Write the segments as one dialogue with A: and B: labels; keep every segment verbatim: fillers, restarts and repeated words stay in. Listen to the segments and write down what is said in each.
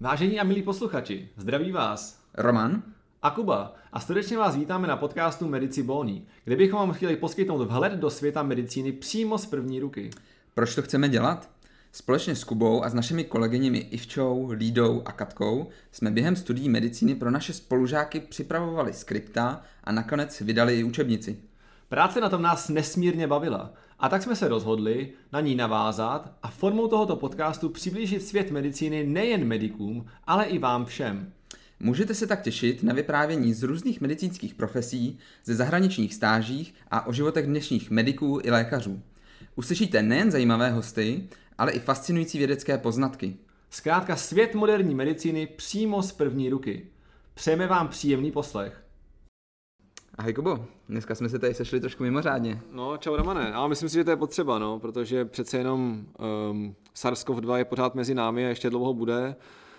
A: Vážení a milí posluchači, zdraví vás
B: Roman
A: a Kuba a srdečně vás vítáme na podcastu Medici Boni, kde bychom vám chtěli poskytnout vhled do světa medicíny přímo z první ruky.
B: Proč to chceme dělat? Společně s Kubou a s našimi kolegyněmi Ivčou, Lídou a Katkou jsme během studií medicíny pro naše spolužáky připravovali skripta a nakonec vydali i učebnici.
A: Práce na tom nás nesmírně bavila a tak jsme se rozhodli na ní navázat a formou tohoto podcastu přiblížit svět medicíny nejen medikům, ale i vám všem.
B: Můžete se tak těšit na vyprávění z různých medicínských profesí, ze zahraničních stážích a o životech dnešních mediků i lékařů. Uslyšíte nejen zajímavé hosty, ale i fascinující vědecké poznatky.
A: Zkrátka svět moderní medicíny přímo z první ruky. Přejeme vám příjemný poslech.
B: Ahoj Kubo, dneska jsme se tady sešli trošku mimořádně.
A: No, čau Romane, ale myslím si, že to je potřeba, no, protože přece jenom um, SARS-CoV dva je pořád mezi námi a ještě dlouho bude.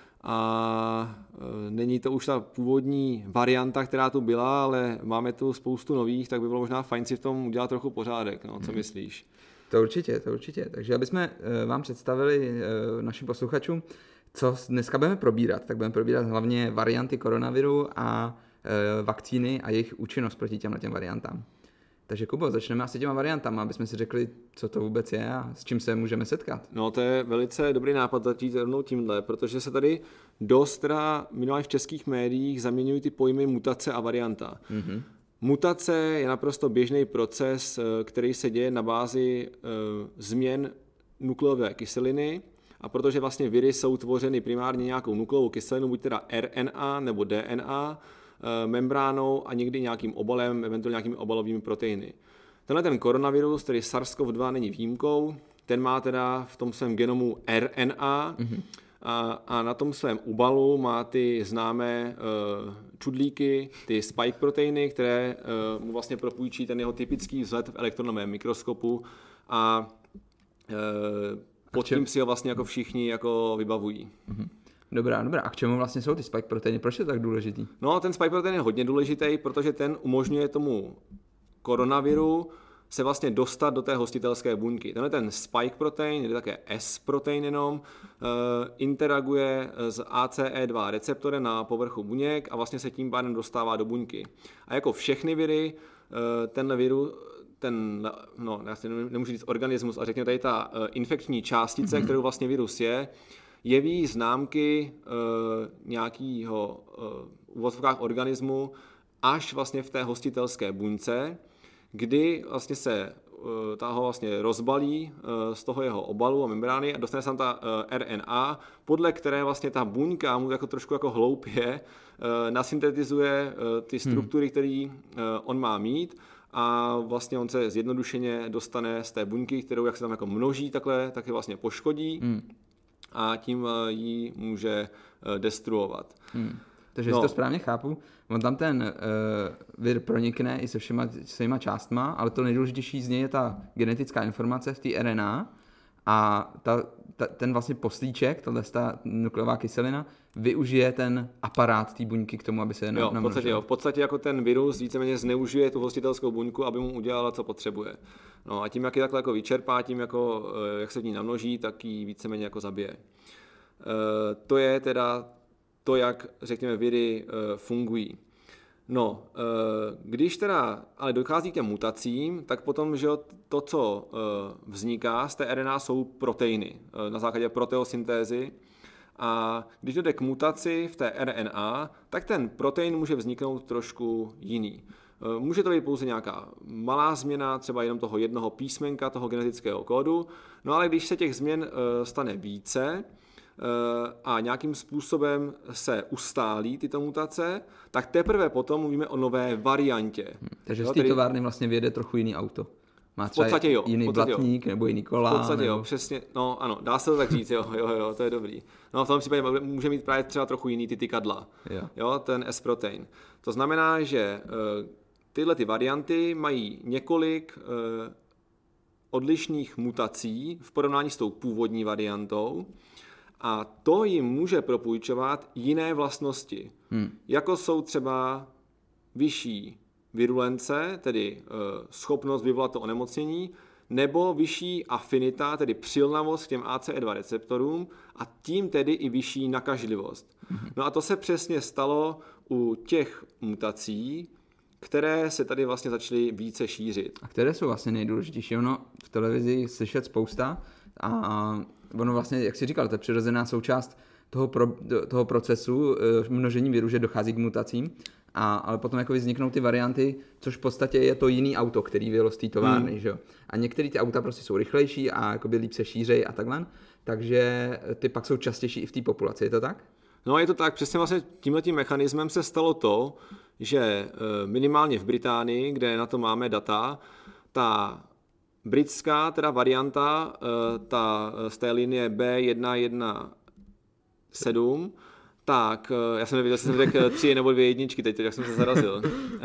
A: A e, není to už ta původní varianta, která tu byla, ale máme tu spoustu nových, tak by bylo možná fajn si v tom udělat trochu pořádek, no, co hmm. myslíš?
B: To určitě, to určitě. Takže abychom e, vám představili e, našim posluchačům, co dneska budeme probírat, tak budeme probírat hlavně varianty koronaviru a e, vakcíny a jejich účinnost proti těmhle těm variantám. Takže Kubo, začneme asi těma variantama, aby jsme si řekli, co to vůbec je a s čím se můžeme setkat.
A: No, to je velice dobrý nápad začít rovnou tímhle, protože se tady dost teda minimálně v českých médiích zaměňují ty pojmy mutace a varianta. Mm-hmm. Mutace je naprosto běžný proces, který se děje na bázi uh, změn nukleové kyseliny, a protože vlastně viry jsou tvořeny primárně nějakou nukleovou kyselinou, buď teda R N A nebo D N A, membránou a někdy nějakým obalem, eventuálně nějakými obalovými proteiny. Tenhle ten koronavirus, tedy SARS-CoV dva, není výjimkou, ten má teda v tom svém genomu R N A mm-hmm. a, a na tom svém obalu má ty známé uh, čudlíky, ty spike proteiny, které uh, mu vlastně propůjčí ten jeho typický vzhled v elektronovém mikroskopu a uh, pod tím si ho vlastně jako všichni jako vybavují.
B: Mm-hmm. Dobrá, dobrá. A k čemu vlastně jsou ty spike proteiny? Proč je to tak důležitý?
A: No, ten spike protein je hodně důležitý, protože ten umožňuje tomu koronaviru se vlastně dostat do té hostitelské buňky. Tenhle ten spike protein, je také S protein jenom, interaguje s A C E dva receptorem na povrchu buněk a vlastně se tím pádem dostává do buňky. A jako všechny viry, tenhle virus, ten, no, já si nemůžu říct organismus, a řekněme tady ta infekční částice, mm-hmm. kterou vlastně virus je, jeví známky e, nějakého e, uvozovkách organismu až vlastně v té hostitelské buňce, kdy vlastně se e, ta ho vlastně rozbalí e, z toho jeho obalu a membrány a dostane se tam ta e, R N A, podle které vlastně ta buňka mu jako trošku jako hloupě e, nasyntetizuje e, ty struktury, hmm. které e, on má mít, a vlastně on se zjednodušeně dostane z té buňky, kterou jak se tam jako množí takhle, tak je vlastně poškodí. Hmm. A tím ji může destruovat. Hmm.
B: Takže no. Jestli to správně chápu, on tam ten uh, vir pronikne i se všema svýma částma, ale to nejdůležitější z něj je ta genetická informace v té R N A a ta, ta, ten vlastně poslíček, tato ta nukleová kyselina, využije ten aparát té buňky k tomu, aby se
A: jo, v podstatě, jo, v podstatě jako ten virus víceméně zneužije tu hostitelskou buňku, aby mu udělala, co potřebuje. No a tím, jak je takhle jako vyčerpá, tím, jako, jak se v ní namnoží, tak ji víceméně jako zabije. E, to je teda to, jak, řekněme, viry e, fungují. No, e, když teda ale dochází k těm mutacím, tak potom, že to, co e, vzniká z té R N A, jsou proteiny e, na základě proteosyntézy. A když dojde k mutaci v té R N A, tak ten protein může vzniknout trošku jiný. Může to být pouze nějaká malá změna, třeba jenom toho jednoho písmenka, toho genetického kódu, no ale když se těch změn stane více a nějakým způsobem se ustálí tyto mutace, tak teprve potom mluvíme o nové variantě.
B: Hmm, takže z té tedy... továrny vlastně vyjede trochu jiný auto. Má třeba
A: v podstatě jo,
B: jiný blatník nebo jiný kola.
A: V podstatě
B: nebo...
A: jo, přesně, no ano, dá se to tak říct, jo, jo, jo, to je dobrý. No v tom případě může mít právě třeba trochu jiný ty tykadla, jo. Jo, ten S-protein. To znamená, že uh, tyhle ty varianty mají několik uh, odlišných mutací v porovnání s tou původní variantou a to jim může propůjčovat jiné vlastnosti, hmm. jako jsou třeba vyšší virulence, tedy uh, schopnost vyvolat to onemocnění, nebo vyšší afinita, tedy přilnavost k těm A C E dva receptorům a tím tedy i vyšší nakažlivost. No a to se přesně stalo u těch mutací, které se tady vlastně začaly více šířit.
B: A které jsou vlastně nejdůležitější? Ono v televizi slyšet spousta a ono vlastně, jak jsi říkal, to je přirozená součást toho, pro, toho procesu množení viru, že dochází k mutacím, a, ale potom jako vzniknou ty varianty, což v podstatě je to jiný auto, který vyjelo z té továrny, hmm. že jo. A některé ty auta prostě jsou rychlejší a jakoby líp se šířejí a takhle, takže ty pak jsou častější i v té populaci, je to tak?
A: No je to tak, přesně vlastně tímhletím mechanismem se stalo to, že minimálně v Británii, kde na to máme data, ta britská teda varianta, ta z té linie B jedna jedna sedm, tak, já jsem nevěděl, jestli jsem řekl tři nebo dvě jedničky, teď, teď jak jsem se zarazil,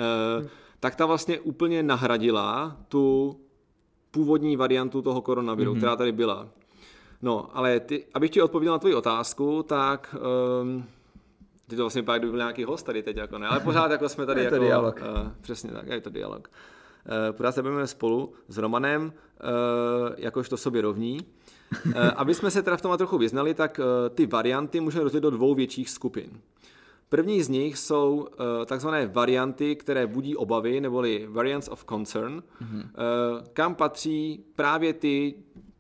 A: tak ta vlastně úplně nahradila tu původní variantu toho koronaviru, mm-hmm. která tady byla. No, ale ty, abych ti odpověděl na tvoji otázku, tak um, ty to vlastně vypadá, kdyby byl nějaký host tady teď, jako ne, ale pořád jako jsme tady
B: je to
A: jako...
B: dialog.
A: Uh, přesně tak, je to dialog. Uh, pořád se budeme spolu s Romanem, uh, jakožto sobě rovní. Uh, aby jsme se teda v tom trochu vyznali, tak uh, ty varianty můžeme rozdělit do dvou větších skupin. První z nich jsou uh, takzvané varianty, které budí obavy, neboli variants of concern, mm-hmm. uh, kam patří právě ty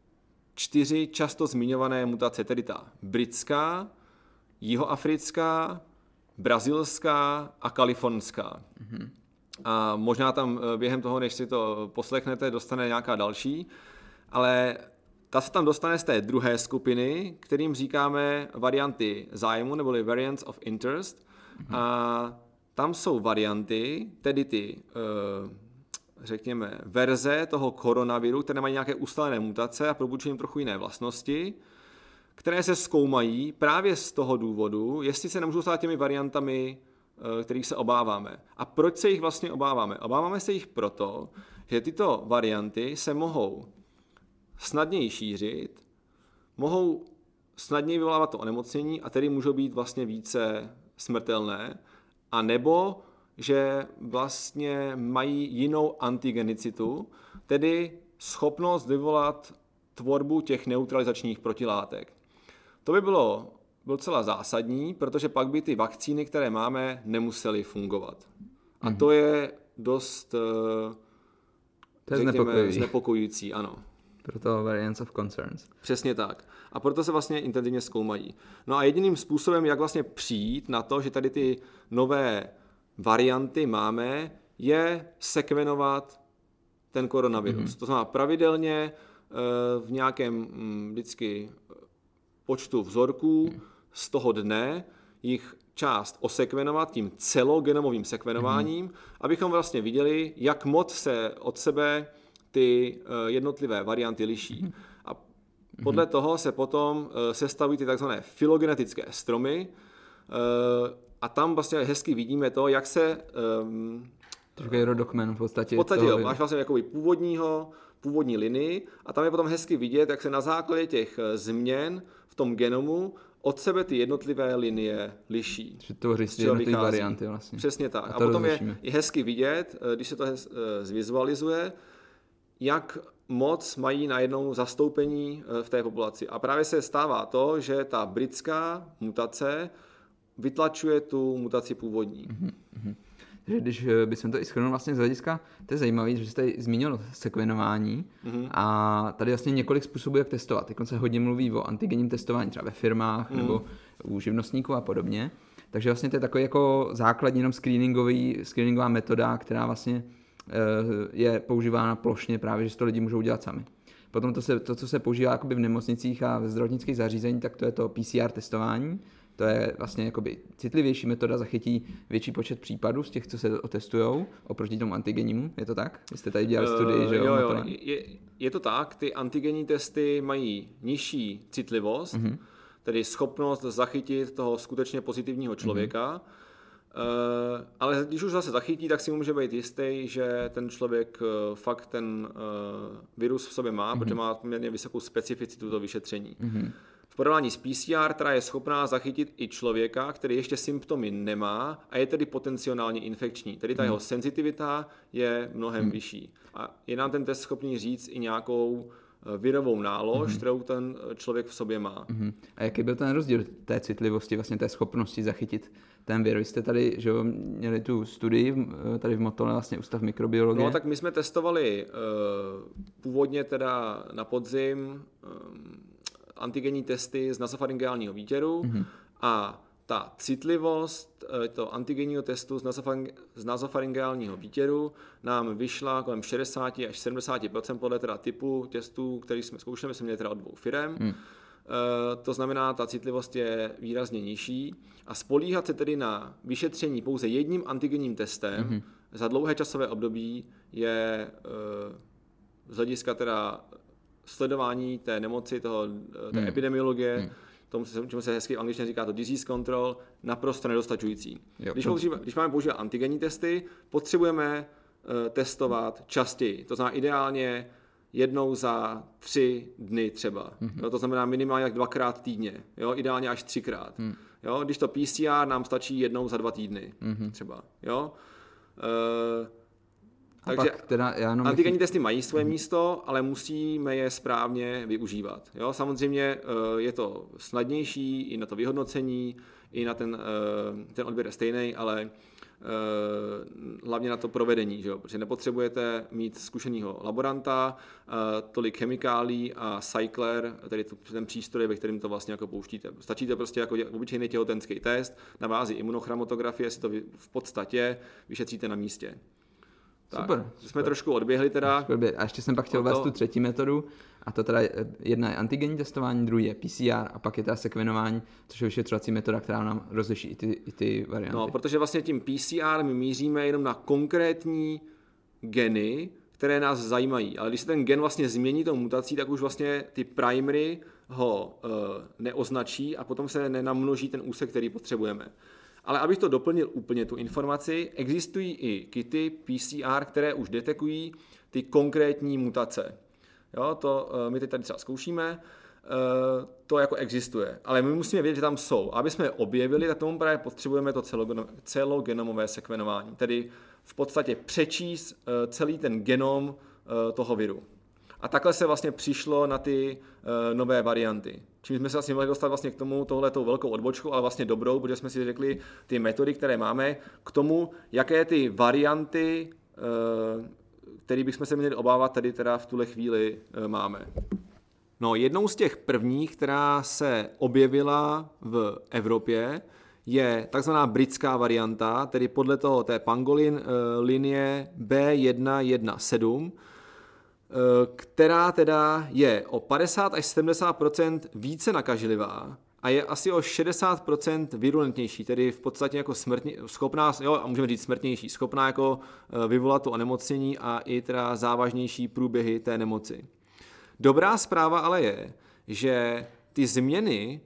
A: čtyři často zmiňované mutace, tedy ta britská, jihoafrická, brazilská a kalifornská. Mm-hmm. A možná tam během toho, než si to poslechnete, dostane nějaká další, ale ta se tam dostane z té druhé skupiny, kterým říkáme varianty zájmu, neboli variants of interest. Mm-hmm. A tam jsou varianty, tedy ty uh, řekněme, verze toho koronaviru, které mají nějaké ustálené mutace a propůjčují jim trochu jiné vlastnosti, které se zkoumají právě z toho důvodu, jestli se nemůžou stát těmi variantami, kterých se obáváme. A proč se jich vlastně obáváme? Obáváme se jich proto, že tyto varianty se mohou snadněji šířit, mohou snadněji vyvolávat to onemocnění a tedy můžou být vlastně více smrtelné, a nebo že vlastně mají jinou antigenicitu, tedy schopnost vyvolat tvorbu těch neutralizačních protilátek. To by bylo docela zásadní, protože pak by ty vakcíny, které máme, nemusely fungovat. A to je dost,
B: to je
A: řekněme, znepokojující, ano.
B: Proto variants of concerns.
A: Přesně tak. A proto se vlastně intenzivně zkoumají. No a jediným způsobem, jak vlastně přijít na to, že tady ty nové varianty máme, je sekvenovat ten koronavirus. Mm-hmm. To znamená pravidelně v nějakém vždycky počtu vzorků mm. z toho dne jich část osekvenovat tím celogenomovým sekvenováním, mm. abychom vlastně viděli, jak moc se od sebe ty jednotlivé varianty liší. Mm. A podle mm. toho se potom sestavují ty takzvané filogenetické stromy, a tam vlastně hezky vidíme to, jak se... Um,
B: Takový rodokmen v podstatě.
A: V podstatě jo, máš vlastně jakoby původního, původní linii a tam je potom hezky vidět, jak se na základě těch změn v tom genomu od sebe ty jednotlivé linie liší.
B: Že tvoří si jednotlivé varianty vlastně.
A: Přesně tak. A, a potom je, je hezky vidět, když se to hez, zvizualizuje, jak moc mají najednou zastoupení v té populaci. A právě se stává to, že ta britská mutace vytlačuje tu mutaci původní.
B: Mm-hmm. Takže když bychom to i shrnul vlastně z hlediska, to je zajímavé, že jste tady zmínil sekvenování mm-hmm. a tady vlastně několik způsobů, jak testovat. Teď se hodně mluví o antigenním testování třeba ve firmách mm. nebo u živnostníků a podobně. Takže vlastně to je takový jako základní jenom screeningový, screeningová metoda, která vlastně je používána plošně právě, že si to lidi můžou dělat sami. Potom to, se, to co se používá jakoby v nemocnicích a ve zdravotnických zařízeních, tak to je to P C R testování. To je vlastně jakoby citlivější metoda, zachytí větší počet případů z těch, co se otestujou, oproti tomu antigennímu. Je to tak? Vy jste tady dělali studii, uh, že jo?
A: jo, jo. Je, je to tak, ty antigenní testy mají nižší citlivost, uh-huh. tedy schopnost zachytit toho skutečně pozitivního člověka, uh-huh. uh, ale když už zase zachytí, tak si může být jistý, že ten člověk uh, fakt ten uh, virus v sobě má, uh-huh. protože má poměrně vysokou specificitu toho vyšetření. Uh-huh. v porovnání s P C R, která je schopná zachytit i člověka, který ještě symptomy nemá a je tedy potenciálně infekční. Tedy ta hmm. jeho senzitivita je mnohem hmm. vyšší. A je nám ten test schopný říct i nějakou virovou nálož, hmm. kterou ten člověk v sobě má.
B: Hmm. A jaký byl ten rozdíl té citlivosti, vlastně té schopnosti zachytit ten vir? Vy jste tady, že jo, měli tu studii tady v Motole, vlastně Ústav mikrobiologie.
A: No tak my jsme testovali uh, původně teda na podzim uh, antigenní testy z nasopharyngeálního výtěru mm-hmm. a ta citlivost to antigenního testu z nasopharyngeálního výtěru nám vyšla kolem šedesát až sedmdesát procent podle teda typu testů, který jsme zkoušeli, my jsme měli teda od dvou firem. Mm. To znamená, ta citlivost je výrazně nižší a spolíhat se tedy na vyšetření pouze jedním antigenním testem mm-hmm. za dlouhé časové období je z hlediska teda sledování té nemoci, toho, té hmm. epidemiologie, hmm. tomu, čemu se hezky v angličtině říká to disease control, naprosto nedostačující. Jo, když, používa, když máme používat antigenní testy, potřebujeme uh, testovat častěji. To znamená ideálně jednou za tři dny třeba. Hmm. Jo, to znamená minimálně jak dvakrát týdně. Jo, ideálně až třikrát. Hmm. Jo, když to P C R nám stačí jednou za dva týdny hmm. třeba. Jo. Uh, Takže teda já antigenní testy mají svoje místo, ale musíme je správně využívat. Jo? Samozřejmě je to snadnější i na to vyhodnocení, i na ten, ten odběr je stejný, ale hlavně na to provedení, že jo? Protože nepotřebujete mít zkušenýho laboranta, tolik chemikálí a cycler, tedy ten přístroj, ve kterým to vlastně jako pouštíte. Stačíte prostě jako obyčejný těhotenský test na bázi imunochromatografie, si to v podstatě vyšetříte na místě. Tak, super. Jsme super. Trošku odběhli teda.
B: A ještě jsem pak chtěl uvést tu třetí metodu, a to teda jedna je antigenní testování, druhý je P C R a pak je teda sekvenování, což je vyšetřovací metoda, která nám rozliší i ty, i ty varianty.
A: No, protože vlastně tím P C R my míříme jenom na konkrétní geny, které nás zajímají. Ale když se ten gen vlastně změní tou mutací, tak už vlastně ty primary ho uh, neoznačí a potom se nenamnoží ten úsek, který potřebujeme. Ale abych to doplnil úplně tu informaci, existují i kity P C R, které už detekují ty konkrétní mutace. Jo, to uh, my teď tady třeba zkoušíme, uh, to jako existuje. Ale my musíme vědět, že tam jsou. A aby jsme je objevili, tak tomu právě potřebujeme to celogenomové sekvenování. Tedy v podstatě přečíst uh, celý ten genom uh, toho viru. A takhle se vlastně přišlo na ty uh, nové varianty. Čím jsme se vlastně mohli dostat vlastně k tomu tohletou velkou odbočku, ale vlastně dobrou, protože jsme si řekli ty metody, které máme, k tomu, jaké ty varianty, uh, které bychom se měli obávat, tady teda v tuhle chvíli uh, máme. No, jednou z těch prvních, která se objevila v Evropě, je takzvaná britská varianta, tedy podle toho té pangolin uh, linie B jedna jedna sedm, která teda je o padesát až sedmdesát procent více nakažlivá a je asi o šedesát procent virulentnější, tedy v podstatě jako smrtně, schopná, jo, a můžeme říct smrtnější, schopná jako vyvolat to onemocnění a i teda závažnější průběhy té nemoci. Dobrá zpráva ale je, že ty změny,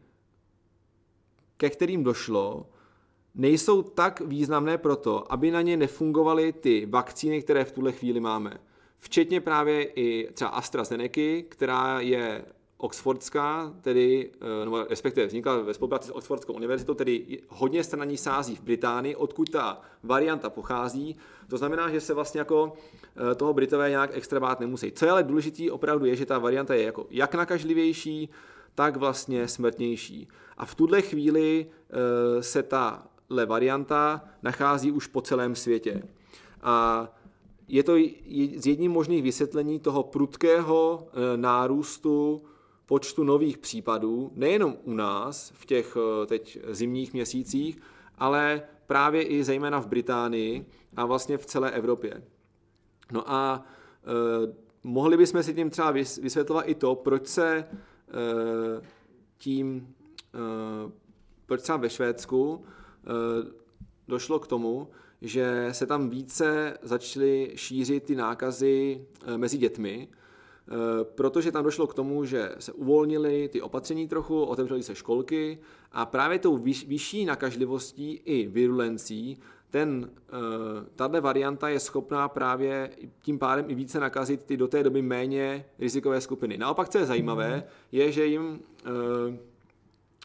A: ke kterým došlo, nejsou tak významné proto, aby na ně nefungovaly ty vakcíny, které v tuhle chvíli máme. Včetně právě i třeba AstraZeneca, která je oxfordská, tedy, nebo respektive vznikla ve spolupráci s Oxfordskou univerzitou, tedy hodně se na ní sází v Británii, odkud ta varianta pochází. To znamená, že se vlastně jako toho Britové nějak extra bát nemusí. Co je ale důležitý opravdu je, že ta varianta je jako jak nakažlivější, tak vlastně smrtnější. A v tuhle chvíli se tahle varianta nachází už po celém světě. A je to z jedním možných vysvětlení toho prudkého nárůstu počtu nových případů, nejenom u nás v těch teď zimních měsících, ale právě i zejména v Británii a vlastně v celé Evropě. No a eh, mohli bychom si tím třeba vysvětlovat i to, proč se eh, tím, eh, proč třeba ve Švédsku eh, došlo k tomu, že se tam více začaly šířit ty nákazy mezi dětmi, protože tam došlo k tomu, že se uvolnily ty opatření trochu, otevřely se školky a právě tou vyšší nakažlivostí i virulencí ten, tato varianta je schopná právě tím pádem i více nakazit ty do té doby méně rizikové skupiny. Naopak, co je zajímavé, je, že jim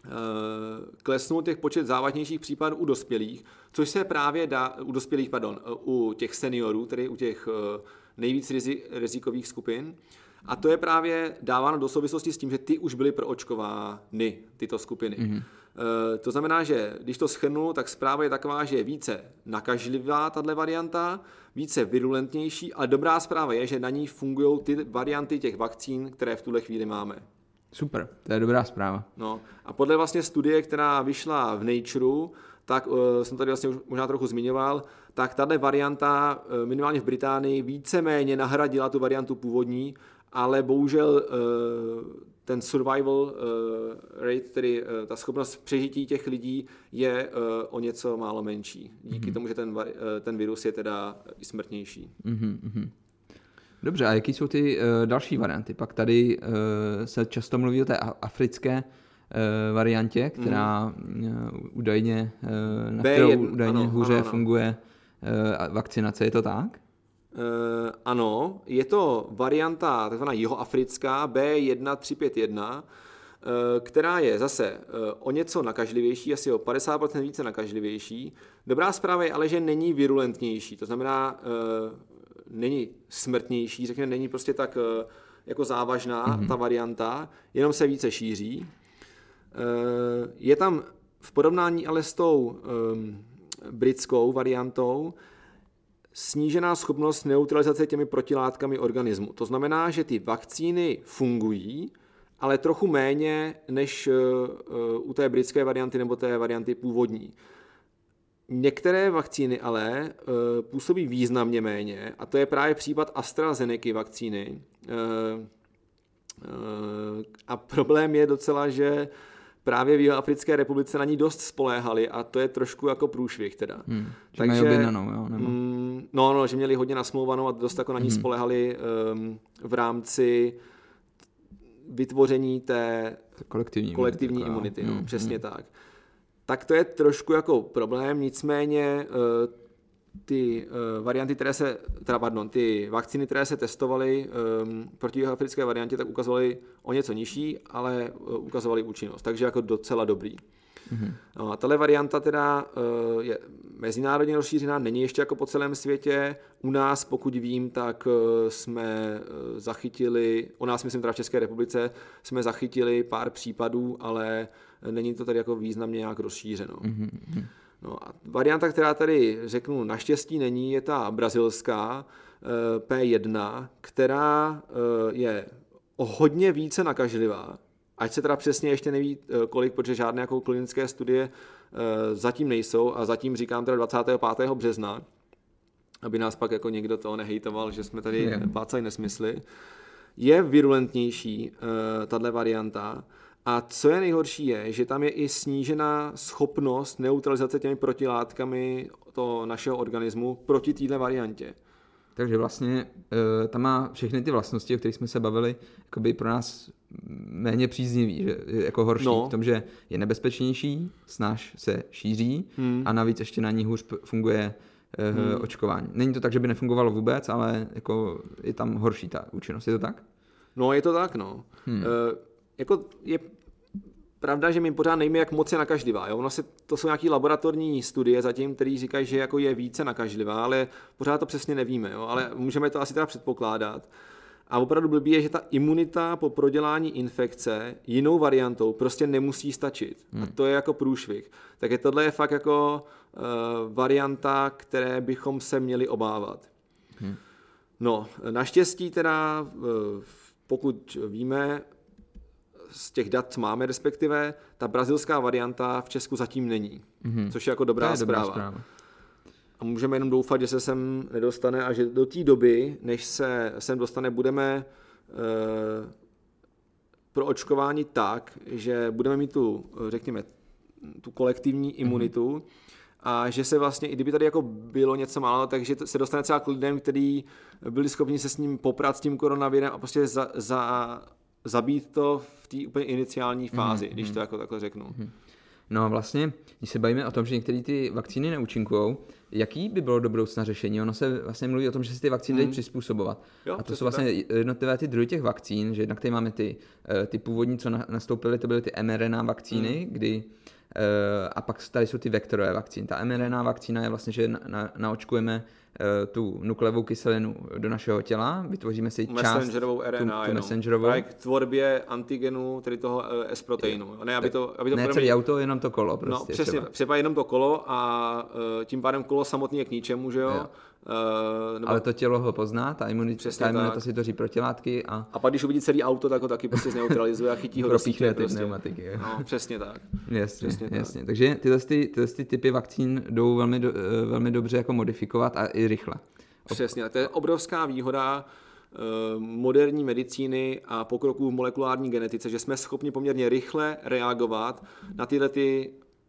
A: klesnul těch počet závažnějších případů u dospělých, což se právě dá, u dospělých, pardon, u těch seniorů, tedy u těch nejvíc rizikových skupin. A to je právě dáváno do souvislosti s tím, že ty už byly proočkovány, tyto skupiny. Mm-hmm. To znamená, že když to shrnu, tak zpráva je taková, že je více nakažlivá tato varianta, více virulentnější, a dobrá zpráva je, že na ní fungují ty varianty těch vakcín, které v tuhle chvíli máme.
B: Super, to je dobrá zpráva.
A: No, a podle vlastně studie, která vyšla v Nature, tak uh, jsem tady vlastně už možná trochu zmiňoval, tak tato varianta uh, minimálně v Británii víceméně nahradila tu variantu původní, ale bohužel uh, ten survival uh, rate, tedy uh, ta schopnost přežití těch lidí je uh, o něco málo menší. Díky mm-hmm. tomu, že ten, uh, ten virus je teda i smrtnější.
B: Mm-hmm. Dobře, a jaký jsou ty uh, další varianty? Pak tady uh, se často mluví o té africké uh, variantě, která mm. uh, údajně, uh, na
A: B
B: kterou
A: jedna,
B: údajně
A: ano,
B: hůře
A: ano, ano.
B: funguje uh, vakcinace, je to tak?
A: Uh, ano, je to varianta takzvaná jihoafrická B jedna tři pět jedna, uh, která je zase uh, o něco nakažlivější, asi o padesát procent více nakažlivější. Dobrá zpráva je ale, že není virulentnější, to znamená, uh, není smrtnější, řekněme, není prostě tak uh, jako závažná mm-hmm. ta varianta, jenom se více šíří. Uh, je tam v porovnání ale s tou um, britskou variantou snížená schopnost neutralizace těmi protilátkami organismu. To znamená, že ty vakcíny fungují, ale trochu méně než u té britské varianty nebo té varianty původní. Některé vakcíny ale působí významně méně, a to je právě případ AstraZeneca vakcíny. A problém je docela, že právě v Jihoafrické republice na ní dost spoléhali, a to je trošku jako průšvih teda.
B: Hmm, že mají objednanou, jo? Nebo?
A: Mm, no, no, že měli hodně nasmlouvanou a dost jako na ní hmm. spoléhali um, v rámci vytvoření té
B: kolektivní,
A: kolektivní
B: jako,
A: imunity. No,
B: hmm,
A: přesně
B: hmm.
A: tak. Tak to je trošku jako problém, nicméně uh, ty uh, varianty, které se, teda pardon, ty vakcíny, které se testovaly um, proti jihoafrické variantě, tak ukazovaly o něco nižší, ale uh, ukazovaly účinnost, takže jako docela dobrý. Mm-hmm. No, a tahle varianta teda uh, je mezinárodně rozšířená, není ještě jako po celém světě. U nás, pokud vím, tak uh, jsme uh, zachytili, u nás myslím teda v České republice, jsme zachytili pár případů, ale není to tady jako významně nějak rozšířeno. Mm-hmm. No a varianta, která tady řeknu naštěstí není, je ta brazilská P jedna, která je o hodně více nakažlivá. Ať se teda přesně ještě neví kolik, protože žádné jako klinické studie zatím nejsou, a zatím říkám teda dvacátého pátého března, aby nás pak jako někdo toho nehejtoval, že jsme tady yeah. plácali nesmysly. Je virulentnější tato varianta. A co je nejhorší je, že tam je i snížená schopnost neutralizace těmi protilátkami toho našeho organismu proti této variantě.
B: Takže vlastně uh, tam má všechny ty vlastnosti, o kterých jsme se bavili, jakoby pro nás méně příznivý, že je jako horší no. v tom, že je nebezpečnější, snáš se šíří hmm. a navíc ještě na ní hůř funguje uh, hmm. očkování. Není to tak, že by nefungovalo vůbec, ale jako je tam horší ta účinnost. Je to tak?
A: No, je to tak, no. Hmm. Uh, jako je pravda, že my pořád nejme, jak moc je nakažlivá. Jo? Ono se, to jsou nějaké laboratorní studie zatím, které říkají, že jako je více nakažlivá, ale pořád to přesně nevíme. Jo? Ale můžeme to asi teda předpokládat. A opravdu blbý je, že ta imunita po prodělání infekce jinou variantou prostě nemusí stačit. Hmm. A to je jako průšvih. Takže tohle je fakt jako uh, varianta, které bychom se měli obávat. Hmm. No, naštěstí teda, uh, pokud víme, z těch dat, co máme respektive, ta brazilská varianta v Česku zatím není, mm-hmm. což je jako dobrá, je zpráva. dobrá zpráva. A můžeme jenom doufat, že se sem nedostane a že do té doby, než se sem dostane, budeme e, proočkováni tak, že budeme mít tu, řekněme, tu kolektivní imunitu, mm-hmm. a že se vlastně, i kdyby tady jako bylo něco málo, takže se dostane třeba k lidem, kteří byli schopni se s ním poprat, s tím koronavirem, a prostě za, za zabít to v té úplně iniciální fázi, mm-hmm. když to jako takhle řeknu. Mm-hmm.
B: No a vlastně, když se bavíme o tom, že některé ty vakcíny neúčinkují, jaký by bylo do budoucna řešení? Ono se vlastně mluví o tom, že se ty vakcíny dají
A: Hmm.
B: přizpůsobovat.
A: Jo,
B: A to
A: přesně
B: jsou vlastně
A: tak.
B: jednotlivé ty druhy těch vakcín, že jednak tady máme ty, eh, ty původní, co na- nastoupily, to byly ty mRNA vakcíny, kdy eh, a pak tady jsou ty vektorové vakcíny. Ta mRNA vakcína je vlastně, že na, na, naočkujeme eh, tu nukleovou kyselinu do našeho těla, vytvoříme si část,
A: Messengerovou R N A,
B: tu, tu
A: jenom.
B: messengerovou.
A: Právě k tvorbě antigenu, tedy toho eh, S-proteinu. Ne, aby to, aby to
B: Ne
A: promiň-
B: celý auto, jenom to kolo
A: No,
B: prostě.
A: přesně,
B: třeba.
A: třeba jenom to kolo a uh, tím pádem kolo samotný je k ničemu, že jo?
B: Jo.
A: Uh, nebo...
B: Ale to tělo ho pozná, ta imunita,
A: Přesně
B: ta imunita
A: tak.
B: si tvoří protilátky a
A: A pak, když uvidí celý auto, tak ho taky prostě zneutralizuje a chytí ho do
B: propíchne
A: sítě.
B: ty
A: Prostě.
B: pneumatiky. Jo.
A: No, přesně tak.
B: Jasně,
A: Přesně tak.
B: jasně. Takže tyhle, ty, tyhle ty typy vakcín jdou velmi, do, eh, velmi dobře jako modifikovat a i rychle.
A: Přesně, to je obrovská výhoda uh, moderní medicíny a pokroků v molekulární genetice, že jsme schopni poměrně rychle reagovat na tyhle ty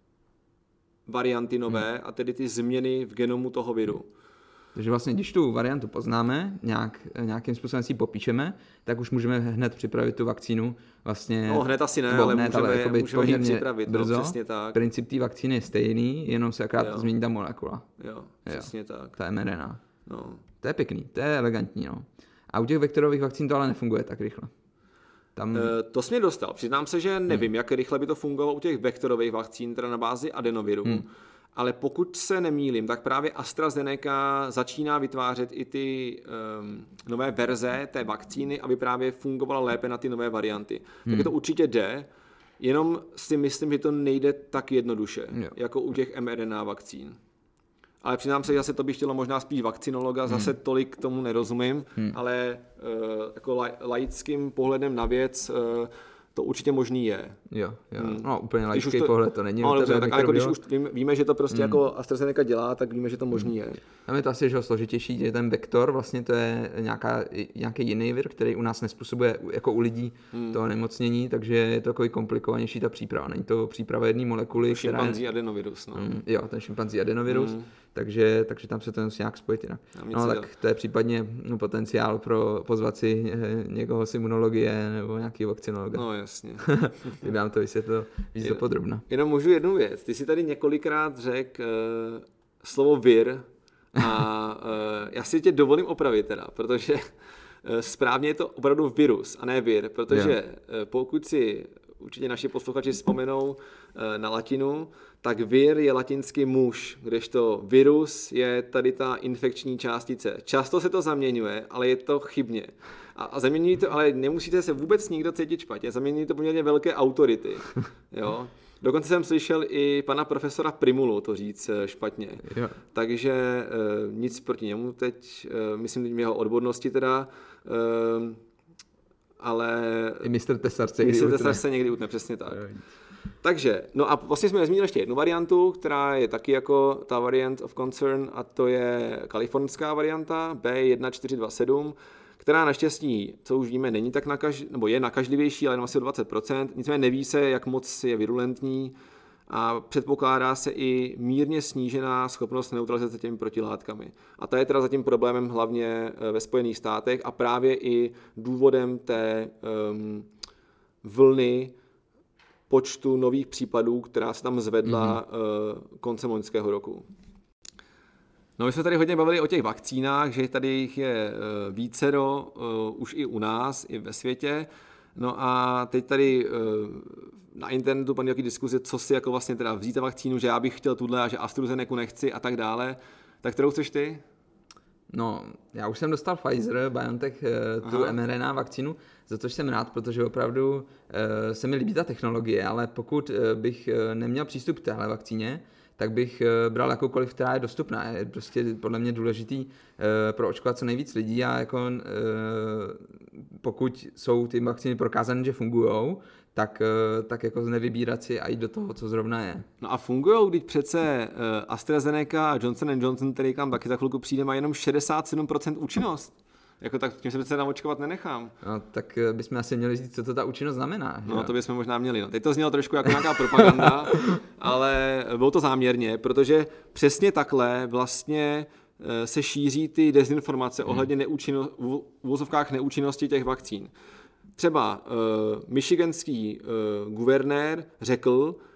A: varianty nové hmm. a tedy ty změny v genomu toho viru.
B: Takže vlastně, když tu variantu poznáme, nějak, nějakým způsobem si ji popíšeme, tak už můžeme hned připravit tu vakcínu. Vlastně,
A: No hned asi ne,
B: nebo
A: ale
B: hned,
A: můžeme,
B: ale jakoby
A: můžeme ji
B: poměrně
A: připravit.
B: brzo.
A: No, přesně tak.
B: Princip té vakcíny je stejný, jenom se akorát
A: Jo.
B: změní ta molekula,
A: Jo, přesně tak.
B: ta mRNA.
A: No.
B: To je pěkný, to je elegantní. No. A u těch vektorových vakcín to ale nefunguje tak rychle. Tam...
A: E, to jsi mě dostal. Přiznám se, že nevím, hmm. jak rychle by to fungovalo u těch vektorových vakcín, teda na bázi adenoviru. Hmm. Ale pokud se nemýlím, tak právě AstraZeneca začíná vytvářet i ty um, nové verze té vakcíny, aby právě fungovala lépe na ty nové varianty. Hmm. Tak to určitě jde, jenom si myslím, že to nejde tak jednoduše, jo. jako u těch mRNA vakcín. Ale přiznám se, že zase to bych chtělo možná spíš vakcinologa, hmm. zase tolik tomu nerozumím, hmm. ale uh, jako la, laickým pohledem na věc uh, to určitě možný je.
B: Jo, jo.
A: Hmm.
B: No úplně
A: Když
B: laický
A: to,
B: pohled to není.
A: No, dobře,
B: tebe,
A: tak, ale jako když
B: jo?
A: už víme, víme, že to prostě
B: Hmm.
A: jako AstraZeneca dělá, tak víme, že to možný je.
B: Tam je to asi že složitější, že ten vektor vlastně to je nějaká, nějaký jiný vir, který u nás nespůsobuje jako u lidí hmm. to onemocnění, takže je to takový komplikovanější ta příprava. Není to příprava jedné molekuly,
A: Šimpanzí
B: která je...
A: adenovirus. No.
B: Mm, jo, ten šimpanzí adenovirus, hmm. takže, takže tam se to musí nějak spojit jinak. No tak to je případně no, potenciál pro pozvat si eh, někoho z imunologie nebo nějaký vakcinologa.
A: No jasně.
B: Kdyby nám to vysvětlil víc dopodrobna.
A: Jenom můžu jednu věc. Ty jsi tady několikrát řekl uh, slovo vir a uh, já si tě dovolím opravit teda, protože uh, správně je to opravdu virus a ne vir, protože uh, pokud si určitě naši posluchači vzpomenou uh, na latinu, tak vir je latinsky muž, kdežto virus je tady ta infekční částice. Často se to zaměňuje, ale je to chybně. A, a zaměňují to, ale nemusíte se vůbec nikdo cítit špatně, zaměňují to poměrně velké autority. Jo? Dokonce jsem slyšel i pana profesora Primulu to říct špatně.
B: Jo.
A: Takže e, nic proti němu teď, e, myslím jeho odbornosti teda, e, ale...
B: I mistr Tesar se
A: někdy utne. se někdy utne, přesně tak. Takže, no a vlastně jsme nezmínili ještě jednu variantu, která je taky jako ta variant of concern, a to je kalifornská varianta B jedna čtyři dva sedm, která naštěstí, co už víme, není tak nakaž, nebo je nakažlivější, ale jenom asi o dvacet procent, nicméně neví se, jak moc je virulentní a předpokládá se i mírně snížená schopnost neutralizace těmi protilátkami. A ta je teda zatím problémem hlavně ve Spojených státech a právě i důvodem té um, vlny počtu nových případů, která se tam zvedla mm-hmm. uh, koncem loňského roku. No my jsme tady hodně bavili o těch vakcínách, že tady jich je uh, vícero, uh, už i u nás, i ve světě. No a teď tady uh, na internetu pan nějaký diskuze, co si jako vlastně teda vzít vakcínu, že já bych chtěl tuhle a že AstraZeneca nechci a tak dále. Tak kterou chceš ty?
B: No, já už jsem dostal Pfizer, BioNTech, tu Aha. mRNA vakcínu, za což jsem rád, protože opravdu uh, se mi líbí ta technologie, ale pokud uh, bych uh, neměl přístup k téhle vakcíně, tak bych uh, bral jakoukoliv, která je dostupná. Je prostě podle mě důležitý uh, proočkovat co nejvíc lidí a jako, uh, pokud jsou ty vakcíny prokázané, že fungujou, tak, tak jako nevybírat si a jít do toho, co zrovna je.
A: No a fungujou, když přece AstraZeneca a Johnson and Johnson, který kam taky za chvilku přijde, má jenom šedesát sedm procent účinnost. Jako tak tím se přece naočkovat nenechám.
B: No, tak bychom asi měli říct, co to ta účinnost znamená.
A: No že? To bychom možná měli. No. Teď to znělo trošku jako nějaká propaganda, ale bylo to záměrně, protože přesně takhle vlastně se šíří ty dezinformace hmm. ohledně neúčinno, v uvozovkách neúčinnosti těch vakcín. Třeba uh, michiganský uh, guvernér řekl,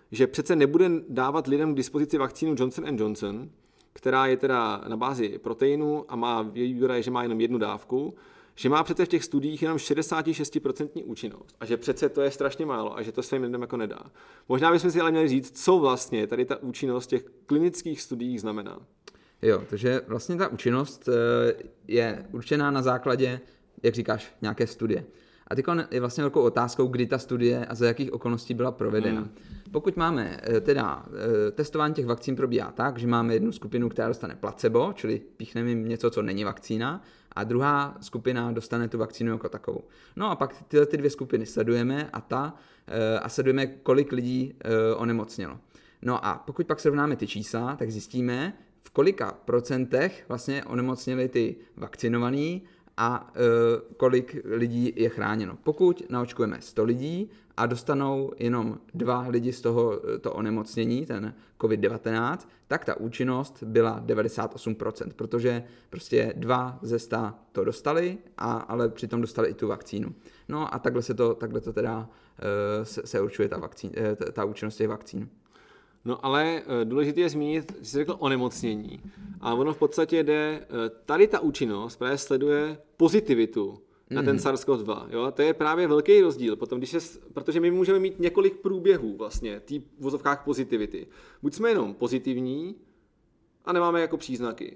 A: že přece nebude dávat lidem k dispozici vakcínu Johnson and Johnson, která je teda na bázi proteinu a má, její výhoda je, že má jenom jednu dávku, že má přece v těch studiích jenom šedesát šest procent účinnost a že přece to je strašně málo a že to svým lidem jako nedá. Možná bychom si ale měli říct, co vlastně tady ta účinnost těch klinických studiích znamená.
B: Jo, takže vlastně ta účinnost je určená na základě, jak říkáš, nějaké studie. A teď je vlastně velkou otázkou, kdy ta studie a za jakých okolností byla provedena. Hmm. Pokud máme teda testování těch vakcín probíhá tak, že máme jednu skupinu, která dostane placebo, čili píchneme jim něco, co není vakcína, a druhá skupina dostane tu vakcínu jako takovou. No a pak tyhle ty dvě skupiny sledujeme a ta a sledujeme, kolik lidí onemocnělo. No a pokud pak srovnáme ty čísla, tak zjistíme, v kolika procentech vlastně onemocněli ty vakcinovaní a e, kolik lidí je chráněno. Pokud naočkujeme sto lidí a dostanou jenom dva lidi z toho to onemocnění, ten covid devatenáct, tak ta účinnost byla devadesát osm procent, protože prostě dva ze sta to dostali, a, ale přitom dostali i tu vakcínu. No a takhle se to, takhle to teda e, se, se určuje ta, vakcín, e, ta, ta účinnost těch vakcín.
A: No ale důležité je zmínit, jsi řekl onemocnění. A ono v podstatě jde, tady ta účinnost právě sleduje pozitivitu na ten SARS-C o V dva. Jo? To je právě velký rozdíl, potom, když se, protože my můžeme mít několik průběhů vlastně, tý v vozovkách pozitivity. Buď jsme jenom pozitivní a nemáme jako příznaky.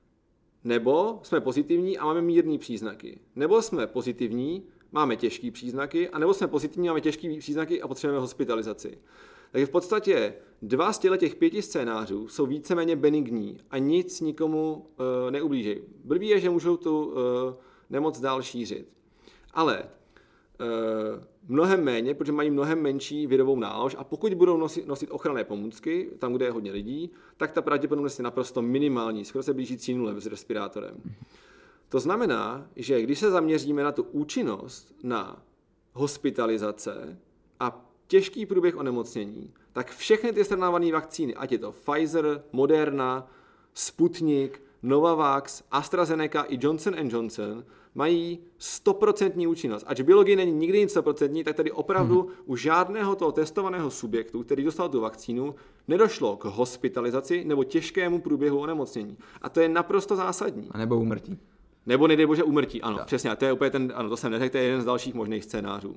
A: Nebo jsme pozitivní a máme mírný příznaky. Nebo jsme pozitivní, máme těžký příznaky, a nebo jsme pozitivní, máme těžký příznaky a potřebujeme hospitalizaci. Takže v podstatě dva z těch pěti scénářů jsou víceméně benigní a nic nikomu e, neublíží. Blbý je, že můžou tu e, nemoc dál šířit. Ale e, mnohem méně, protože mají mnohem menší virovou nálož a pokud budou nosit, nosit ochranné pomůcky, tam, kde je hodně lidí, tak ta pravděpodobnost je naprosto minimální, skoro se blížící nule s respirátorem. To znamená, že když se zaměříme na tu účinnost na hospitalizace a těžký průběh onemocnění, tak všechny ty srovnávané vakcíny, ať je to Pfizer, Moderna, Sputnik, Novavax, AstraZeneca i Johnson and Johnson, mají sto procent účinnost. Ač v biologii není nikdy nic sto procent, tak tady opravdu hmm. u žádného toho testovaného subjektu, který dostal tu vakcínu, nedošlo k hospitalizaci nebo těžkému průběhu onemocnění. A to je naprosto zásadní.
B: A nebo úmrtí.
A: Nebo nedej bože úmrtí, ano,
B: tak.
A: Přesně. A to je úplně ten, ano, to jsem neřekl, to je jeden z dalších možných scénářů.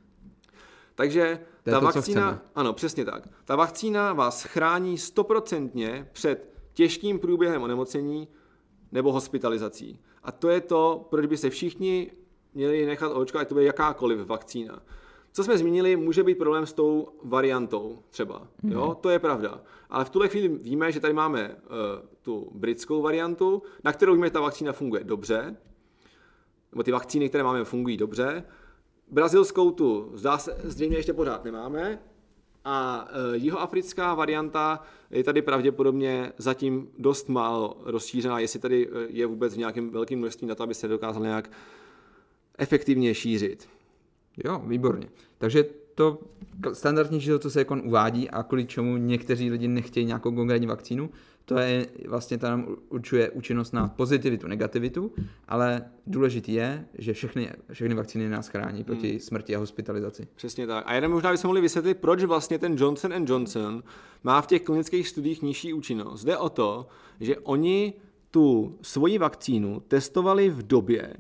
A: Takže ta
B: to,
A: vakcína, ano, přesně tak. Ta vakcína vás chrání stoprocentně před těžkým průběhem onemocnění nebo hospitalizací. A to je to, proč by se všichni měli nechat očkovat, ať to bude jakákoliv vakcína. Co jsme zmínili, může být problém s tou variantou třeba. Mm-hmm. Jo, to je pravda. Ale v tuhle chvíli víme, že tady máme uh, tu britskou variantu, na kterou víme, že ta vakcína funguje dobře, nebo ty vakcíny, které máme, fungují dobře. Brazilskou tu zdá se, zřejmě ještě pořád nemáme a e, jihoafrická varianta je tady pravděpodobně zatím dost málo rozšířená, jestli tady je vůbec v nějakém velkém množství na to, aby se dokázal nějak efektivně šířit.
B: Jo, výborně. Takže to standardní číslo, co se jako uvádí a kvůli čemu někteří lidi nechtějí nějakou konkrétní vakcínu, to je vlastně tam určuje účinnost na pozitivitu, negativitu, ale důležitý je, že všechny, všechny vakcíny nás chrání proti hmm. smrti a hospitalizaci.
A: Přesně tak. A jenom možná bychom mohli vysvětlit, proč vlastně ten Johnson and Johnson má v těch klinických studiích nižší účinnost. Jde o to, že oni tu svoji vakcínu testovali v době,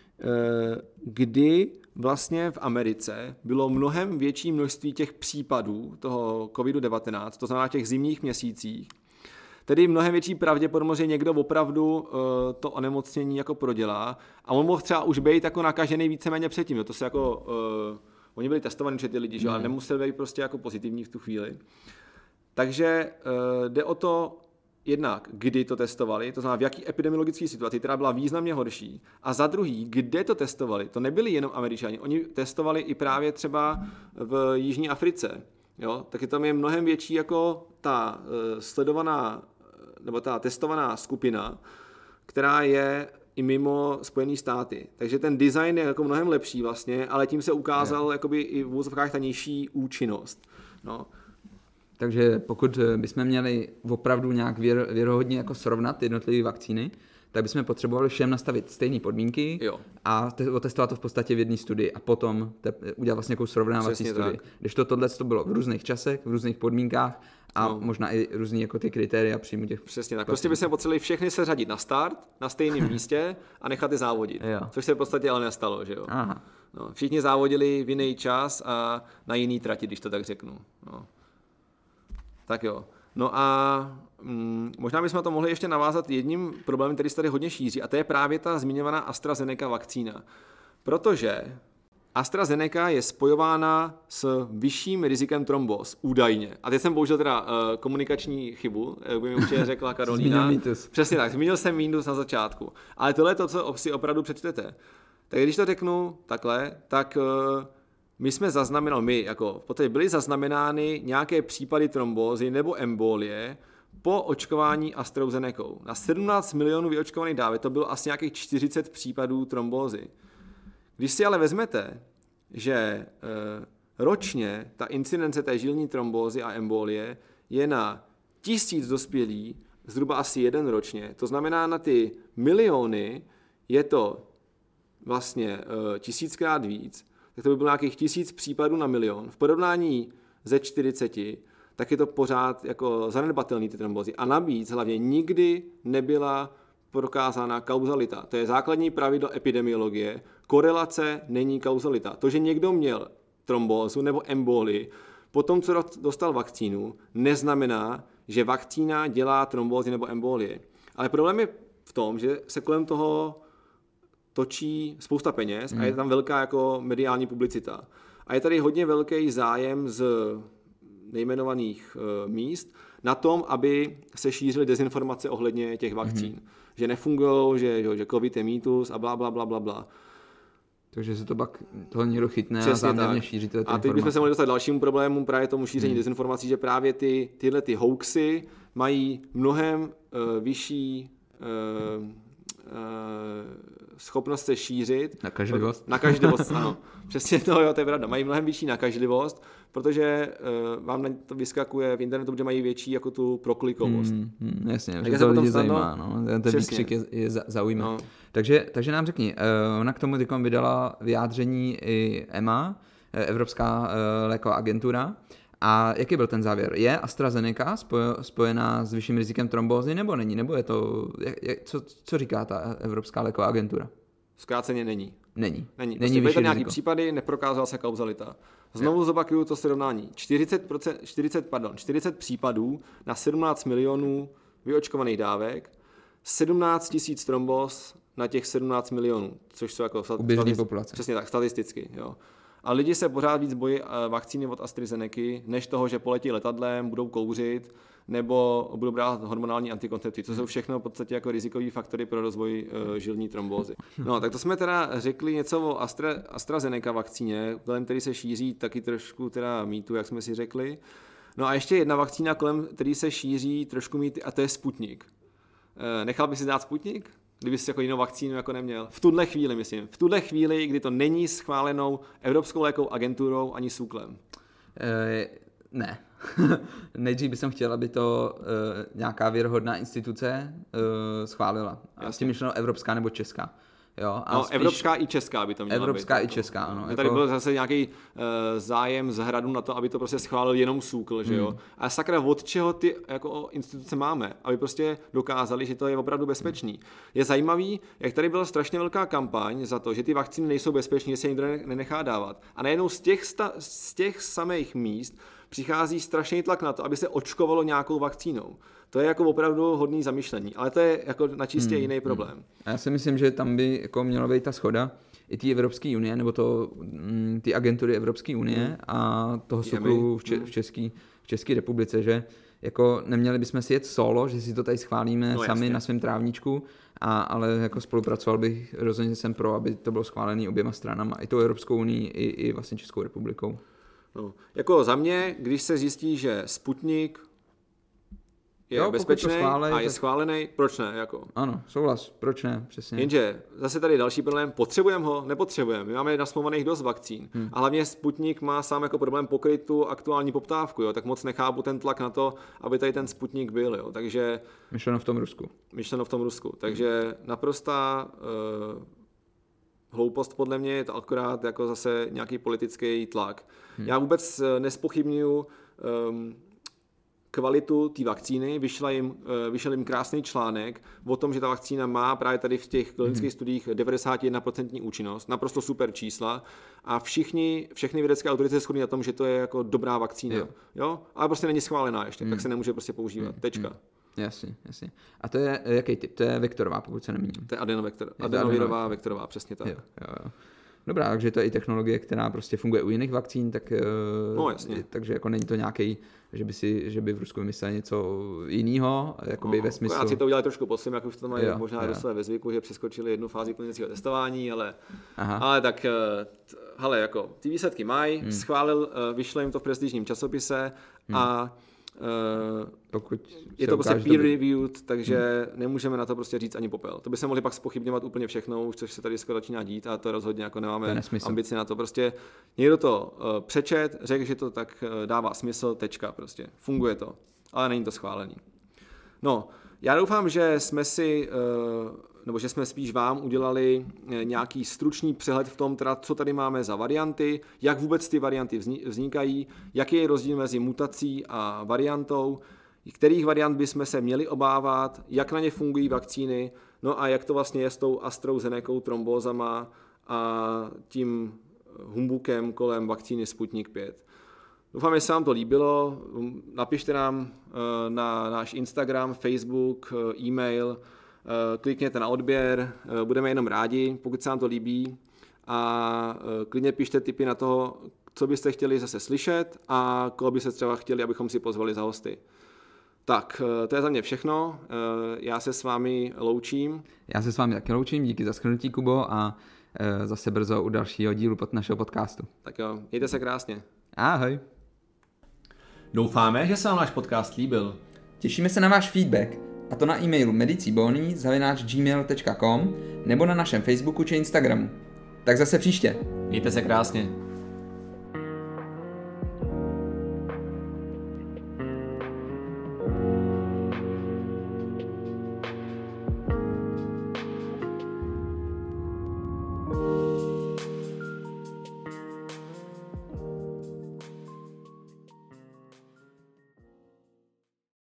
A: kdy vlastně v Americe bylo mnohem větší množství těch případů toho covid devatenáct, to znamená v těch zimních měsících. Tedy mnohem větší pravděpodobnost, že někdo opravdu uh, to onemocnění jako prodělá a on mohl třeba už být jako nakažený víceméně předtím. Jo. To se jako, uh, oni byli testovaní před ty lidi, že? Ale nemuseli být prostě jako pozitivní v tu chvíli. Takže uh, jde o to jednak, kdy to testovali, to znamená v jaký epidemiologické situaci, která byla významně horší. A za druhý, kde to testovali, to nebyli jenom Američani, oni testovali i právě třeba v Jižní Africe. Jo? Taky tam je mnohem větší jako ta uh, sledovaná nebo ta testovaná skupina, která je i mimo Spojené státy. Takže ten design je jako mnohem lepší vlastně, ale tím se ukázal jakoby i v úvozovkách ta nižší účinnost. No.
B: Takže pokud bychom měli opravdu nějak věr, věrohodně jako srovnat jednotlivé vakcíny, tak bychom potřebovali všem nastavit stejné podmínky
A: jo.
B: a te- otestovat to v podstatě v jedné studii a potom te- udělat vlastně nějakou srovnávací studii. Když to tohle to bylo v různých časech, v různých podmínkách a no. možná i různý jako ty kritéria příjmu těch.
A: Přesně tak. Prostě bychom potřebovali všechny seřadit na start, na stejném místě a nechat je závodit.
B: Jo.
A: Což se v podstatě ale nestalo, že jo.
B: Aha.
A: No, všichni závodili v jiný čas a na jiný trati, když to tak řeknu. No. Tak jo. No a mm, možná bychom to mohli ještě navázat jedním problémem, který se tady hodně šíří, a to je právě ta zmiňovaná AstraZeneca vakcína. Protože AstraZeneca je spojována s vyšším rizikem trombóz, údajně. A teď jsem použil teda uh, komunikační chybu, jak by mi určitě řekla Karolína. Přesně tak, zmínil jsem mýtus na začátku. Ale tohle je to, co si opravdu přečtete. Tak když to řeknu takhle, tak uh, my jsme zaznamenali, my jako v podstatě byly zaznamenány nějaké případy trombózy nebo embolie po očkování AstraZenecou. Na sedmnáct milionů vyočkovaných dávek to bylo asi nějakých čtyřicet případů trombózy. Když si ale vezmete, že e, ročně ta incidence té žilní trombózy a embolie je na tisíc dospělých, zhruba asi jeden ročně, to znamená na ty miliony je to vlastně e, tisíckrát víc, tak to by bylo nějakých tisíc případů na milion. V porovnání ze čtyřiceti, tak je to pořád jako zanedbatelný ty trombózy. A navíc hlavně nikdy nebyla prokázána kauzalita. To je základní pravidlo epidemiologie. Korelace není kauzalita. To, že někdo měl trombózu nebo embolii po tom, co dostal vakcínu, neznamená, že vakcína dělá trombózy nebo embolie. Ale problém je v tom, že se kolem toho točí spousta peněz a je tam velká jako mediální publicita. A je tady hodně velký zájem z nejmenovaných uh, míst na tom, aby se šířily dezinformace ohledně těch vakcín. Mm-hmm. Že nefungujou, že, že covid je mýtus a bla, bla, bla, bla, bla.
B: Takže se to pak toho někdo chytne přesně a záměrně šíří ty informace.
A: A teď bychom se mohli dostat dalšímu problému, právě tomu šíření hmm. dezinformací, že právě ty, tyhle ty hoaxy mají mnohem uh, vyšší uh, uh, schopnost se šířit.
B: Nakažlivost.
A: Nakažlivost, ano. Přesně to, jo, to je pravda. Mají mnohem vyšší nakažlivost, protože uh, vám na to vyskakuje v internetu, že mají větší jako tu proklikovost.
B: Hmm, hmm, jasně, že to lidi zajímá. No. Ten výkřik je, je zaujímá. No. Takže, takže nám řekni, ona k tomu tykom vydala vyjádření i E M A, Evropská léková agentura. A jaký byl ten závěr? Je AstraZeneca spojená s vyšším rizikem trombózy nebo není? Nebo je to, jak, co, co říká ta Evropská léková agentura?
A: Zkráceně není.
B: Není.
A: Není.
B: Není
A: prostě byly nějaký případy, neprokázala se kauzalita. Znovu zopakuju to srovnání. čtyřicet, procent, čtyřicet, pardon, čtyřicet případů na sedmnáct milionů vyočkovaných dávek, sedmnáct tisíc trombóz na těch sedmnáct milionů, což jsou jako
B: běžné populace.
A: Přesně tak, statisticky. Jo. A lidi se pořád víc bojí vakcíny od AstraZeneca, než toho, že poletí letadlem, budou kouřit, nebo budou brát hormonální antikoncepci. To jsou všechno v podstatě jako rizikové faktory pro rozvoj uh, žilní trombózy. No, tak to jsme teda řekli něco o Astra, AstraZeneca vakcíně, kolem který se šíří taky trošku teda mýtu, jak jsme si řekli. No a ještě jedna vakcína, kolem který se šíří trošku mýty, a to je Sputnik. Uh, nechal by si dát Sputnik? Kdyby si jako jinou vakcínu jako neměl. V tuhle chvíli, myslím. V tuhle chvíli, kdy to není schválenou Evropskou lékovou agenturou ani SÚKLem.
B: E, ne. Nejdřív bych chtěl, aby to e, nějaká věrohodná instituce e, schválila. A s tím myšleno evropská nebo česká. Jo, a
A: no,
B: spíš...
A: evropská i česká by to měla
B: Evropská
A: být.
B: i česká, ano.
A: Jako... Tady byl zase nějaký uh, zájem z hradu na to, aby to prostě schválil jenom SÚKL, hmm. že jo. A sakra, od čeho ty jako instituce máme, aby prostě dokázali, že to je opravdu bezpečný. Je zajímavý, jak tady byla strašně velká kampaň za to, že ty vakcíny nejsou bezpečné, že se nikdo nenechá dávat. A najednou z těch, sta- z těch samých míst přichází strašný tlak na to, aby se očkovalo nějakou vakcínou. To je jako opravdu hodný zamyšlení, ale to je jako na čistě hmm. jiný problém.
B: Já si myslím, že tam by jako měla být ta shoda i té Evropské unie, nebo to ty agentury Evropské unie hmm. a toho SÚKLu v, če- v, Český, v České republice, že jako neměli bychom si jet solo, že si to tady schválíme no, sami jasně. na svém trávníčku, a, ale jako spolupracoval bych, rozhodně jsem pro, aby to bylo schválené oběma stranama, i tou Evropskou unii, i, i vlastně Českou republikou.
A: No, jako za mě, když se zjistí, že Sputnik je
B: jo,
A: bezpečný
B: schválej,
A: a je
B: tak...
A: schválený, proč ne? Jako.
B: Ano, souhlas, proč ne, přesně.
A: Jenže zase tady další problém, potřebujeme ho, nepotřebujeme. My máme nasmluvaných dost vakcín. Hmm. A hlavně Sputnik má sám jako problém pokryt tu aktuální poptávku, jo? Tak moc nechápu ten tlak na to, aby tady ten Sputnik byl. Jo? Takže...
B: Myšleno v tom Rusku.
A: Myšleno v tom Rusku. Takže hmm. naprostá uh, hloupost podle mě je to akorát jako zase nějaký politický tlak. Hmm. Já vůbec nespochybnuju um, kvalitu té vakcíny, vyšel jim, vyšel jim krásný článek o tom, že ta vakcína má právě tady v těch klinických mm-hmm. studiích devadesát jedna procent účinnost, naprosto super čísla a všichni, všechny vědecké autority se shodní na tom, že to je jako dobrá vakcína, jo. Jo? Ale prostě není schválená ještě, mm. tak se nemůže prostě používat, mm. tečka. Mm.
B: Jasně, jasně. A to je jaký typ? To je vektorová, pokud se nemýlím.
A: To je adenovektor, adenovirová vektorová, přesně tak.
B: Jo, jo, jo. Dobrá, takže to je i technologie, která prostě funguje u jiných vakcín, tak,
A: no, jasně.
B: takže jako není to nějaký, že by, si, že by v Rusku vymysleli něco jiného, jakoby
A: no,
B: ve smyslu...
A: Akorát si to udělali trošku poslim, jak už to mají jo, možná do své ve zvyku, že přeskočili jednu fázi klinického testování, ale, ale tak, t, hele, jako, ty výsledky mají, hmm. schválil, vyšlo jim to v prestižním časopise hmm. a Uh,
B: Pokud
A: je to prostě peer reviewed, takže hmm. nemůžeme na to prostě říct ani popel. To by se mohli pak zpochybňovat úplně všechno, už což se tady skoro začíná dít a to rozhodně jako nemáme ambici na to. Prostě někdo to uh, přečet, řekl, že to tak uh, dává smysl, tečka prostě. Funguje to, ale není to schválený. No, já doufám, že jsme si, uh, nebo že jsme spíš vám udělali nějaký stručný přehled v tom, teda, co tady máme za varianty, jak vůbec ty varianty vznikají, jaký je rozdíl mezi mutací a variantou, kterých variant bychom se měli obávat, jak na ně fungují vakcíny, no a jak to vlastně je s tou AstraZenecou, trombózama a tím humbukem kolem vakcíny Sputnik pět. Doufám, že se vám to líbilo, napište nám na náš Instagram, Facebook, e-mail, klikněte na odběr, budeme jenom rádi, pokud se vám to líbí a klidně pište tipy na toho, co byste chtěli zase slyšet a koho byste třeba chtěli, abychom si pozvali za hosty. Tak, to je za mě všechno, já se s vámi loučím.
B: Já se s vámi taky loučím, díky za shrnutí, Kubo, a zase brzo u dalšího dílu pod našeho podcastu.
A: Tak jo, mějte se krásně.
B: Ahoj.
A: Doufáme, že se vám náš podcast líbil.
B: Těšíme se na váš feedback, a to na e-mailu medicibony zavináč gmail tečka com nebo na našem Facebooku či Instagramu. Tak zase příště.
A: Mějte se krásně.